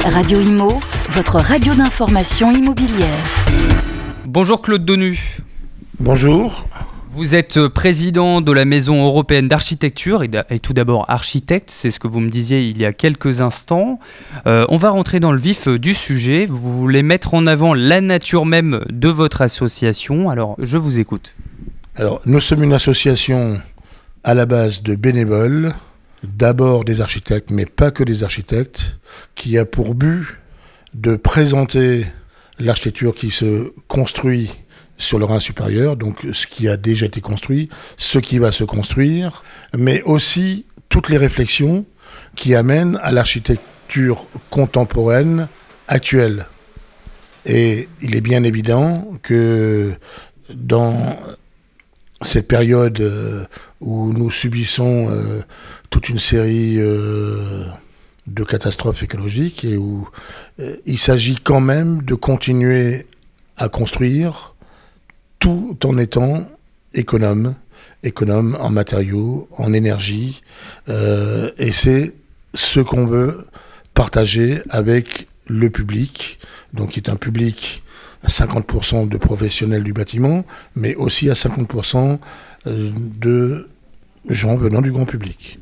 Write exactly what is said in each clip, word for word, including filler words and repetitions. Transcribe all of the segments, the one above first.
Radio Imo, votre radio d'information immobilière. Bonjour Claude Donu. Bonjour. Vous êtes président de la Maison européenne d'architecture et, et tout d'abord architecte, c'est ce que vous me disiez il y a quelques instants. Euh, on va rentrer dans le vif du sujet. Vous voulez mettre en avant la nature même de votre association. Alors, je vous écoute. Alors, nous sommes une association à la base de bénévoles, d'abord des architectes, mais pas que des architectes, qui a pour but de présenter l'architecture qui se construit sur le Rhin supérieur, donc ce qui a déjà été construit, ce qui va se construire, mais aussi toutes les réflexions qui amènent à l'architecture contemporaine actuelle. Et il est bien évident que dans cette période où nous subissons euh, toute une série euh, de catastrophes écologiques et où euh, il s'agit quand même de continuer à construire tout en étant économe, économe en matériaux, en énergie, euh, et c'est ce qu'on veut partager avec le public, donc qui est un public à cinquante pour cent de professionnels du bâtiment, mais aussi à cinquante pour cent de gens venant du grand public.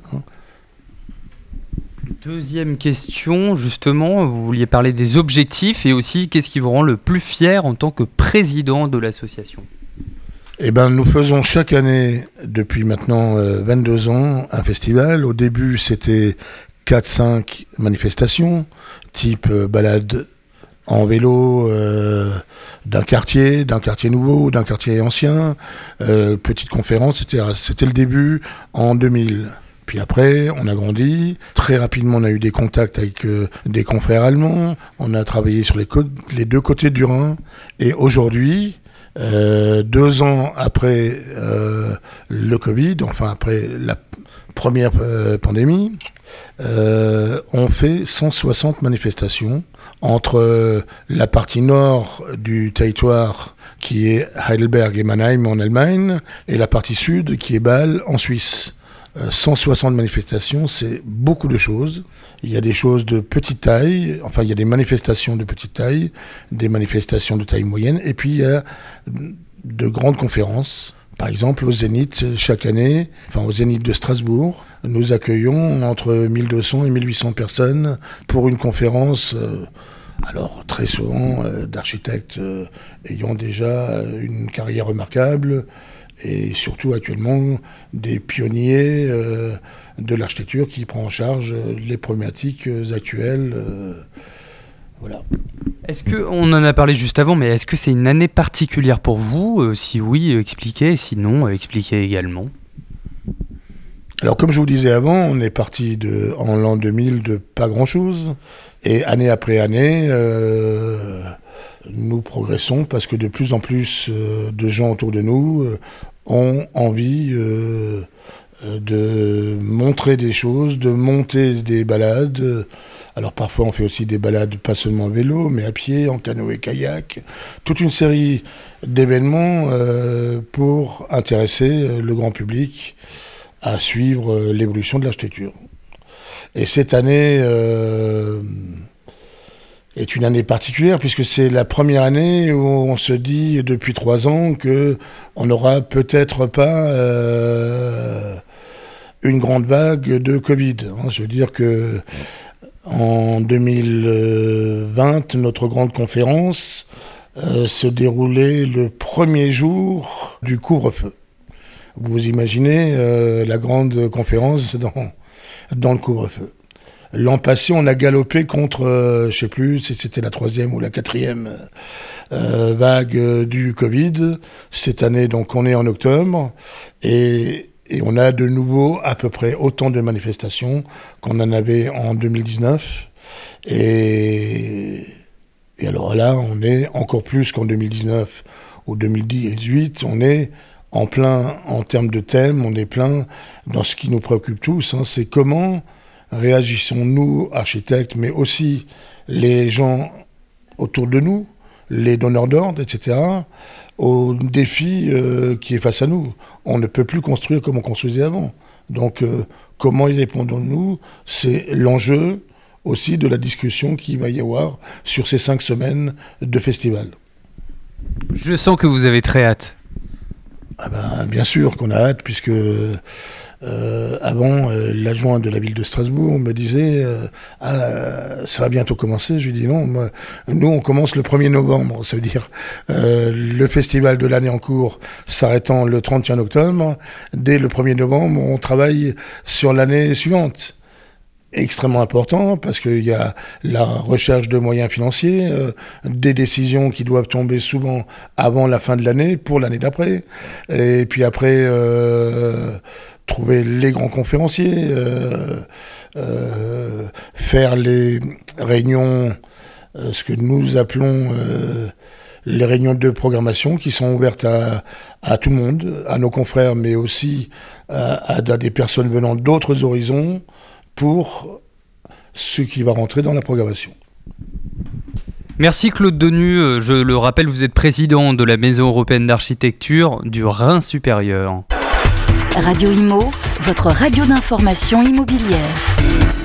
Deuxième question, justement, vous vouliez parler des objectifs et aussi qu'est-ce qui vous rend le plus fier en tant que président de l'association ? Eh ben, nous faisons chaque année, depuis maintenant euh, vingt-deux ans, un festival. Au début, c'était quatre cinq manifestations, type euh, balade en vélo euh, d'un quartier, d'un quartier nouveau, d'un quartier ancien, euh, petite conférence, et cetera. C'était le début en deux mille. Puis après, on a grandi. Très rapidement, on a eu des contacts avec euh, des confrères allemands. On a travaillé sur les, côtes, les deux côtés du Rhin. Et aujourd'hui, euh, deux ans après euh, le Covid, enfin après la première euh, pandémie, euh, on fait cent soixante manifestations entre euh, la partie nord du territoire qui est Heidelberg et Mannheim en Allemagne et la partie sud qui est Bâle en Suisse. cent soixante manifestations, c'est beaucoup de choses. Il y a des choses de petite taille, enfin il y a des manifestations de petite taille, des manifestations de taille moyenne, et puis il y a de grandes conférences. Par exemple, au Zénith, chaque année, enfin au Zénith de Strasbourg, nous accueillons entre mille deux cents et mille huit cents personnes pour une conférence, euh, alors très souvent euh, d'architectes euh, ayant déjà une carrière remarquable, et surtout actuellement des pionniers euh, de l'architecture qui prend en charge les problématiques actuelles. Euh, voilà. Est-ce que, on en a parlé juste avant, mais est-ce que c'est une année particulière pour vous ? euh, Si oui, expliquez, sinon, expliquez également. Alors comme je vous disais avant, on est parti de, en l'an deux mille de pas grand-chose, et année après année, euh, nous progressons parce que de plus en plus euh, de gens autour de nous euh, ont envie euh, de montrer des choses, de monter des balades. Alors parfois on fait aussi des balades pas seulement en vélo, mais à pied, en canoë-kayak, toute une série d'événements euh, pour intéresser le grand public à suivre l'évolution de l'architecture. Et cette année euh, est une année particulière puisque c'est la première année où on se dit depuis trois ans que on n'aura peut-être pas euh, une grande vague de Covid. Je veux dire que en deux mille vingt, notre grande conférence euh, se déroulait le premier jour du couvre-feu. Vous imaginez euh, la grande conférence dans, dans le couvre-feu. L'an passé, on a galopé contre, euh, je ne sais plus si c'était la troisième ou la quatrième euh, vague euh, du Covid. Cette année, donc, on est en octobre et, et on a de nouveau à peu près autant de manifestations qu'on en avait en deux mille dix-neuf. Et, et alors là, on est encore plus qu'en deux mille dix-neuf ou deux mille dix-huit. On est en plein, en termes de thème, on est plein dans ce qui nous préoccupe tous, hein, c'est comment réagissons-nous, architectes, mais aussi les gens autour de nous, les donneurs d'ordre, et cetera, au défi euh, qui est face à nous. On ne peut plus construire comme on construisait avant. Donc, euh, comment y répondons-nous ? C'est l'enjeu aussi de la discussion qu'il va y avoir sur ces cinq semaines de festival. Je sens que vous avez très hâte. Ah ben, bien sûr qu'on a hâte, puisque euh, avant, euh, l'adjoint de la ville de Strasbourg me disait euh, ah, ça va bientôt commencer. Je lui dis non, moi, nous on commence le premier novembre, ça veut dire euh, le festival de l'année en cours s'arrêtant le trente et un octobre. Dès le premier novembre, on travaille sur l'année suivante. Extrêmement important parce qu'il y a la recherche de moyens financiers, euh, des décisions qui doivent tomber souvent avant la fin de l'année pour l'année d'après, et puis après euh, trouver les grands conférenciers, euh, euh, faire les réunions, euh, ce que nous appelons euh, les réunions de programmation qui sont ouvertes à, à tout le monde, à nos confrères, mais aussi à, à, à des personnes venant d'autres horizons, pour ce qui va rentrer dans la programmation. Merci Claude Denu. Je le rappelle, vous êtes président de la Maison européenne d'architecture du Rhin supérieur. Radio Imo, votre radio d'information immobilière.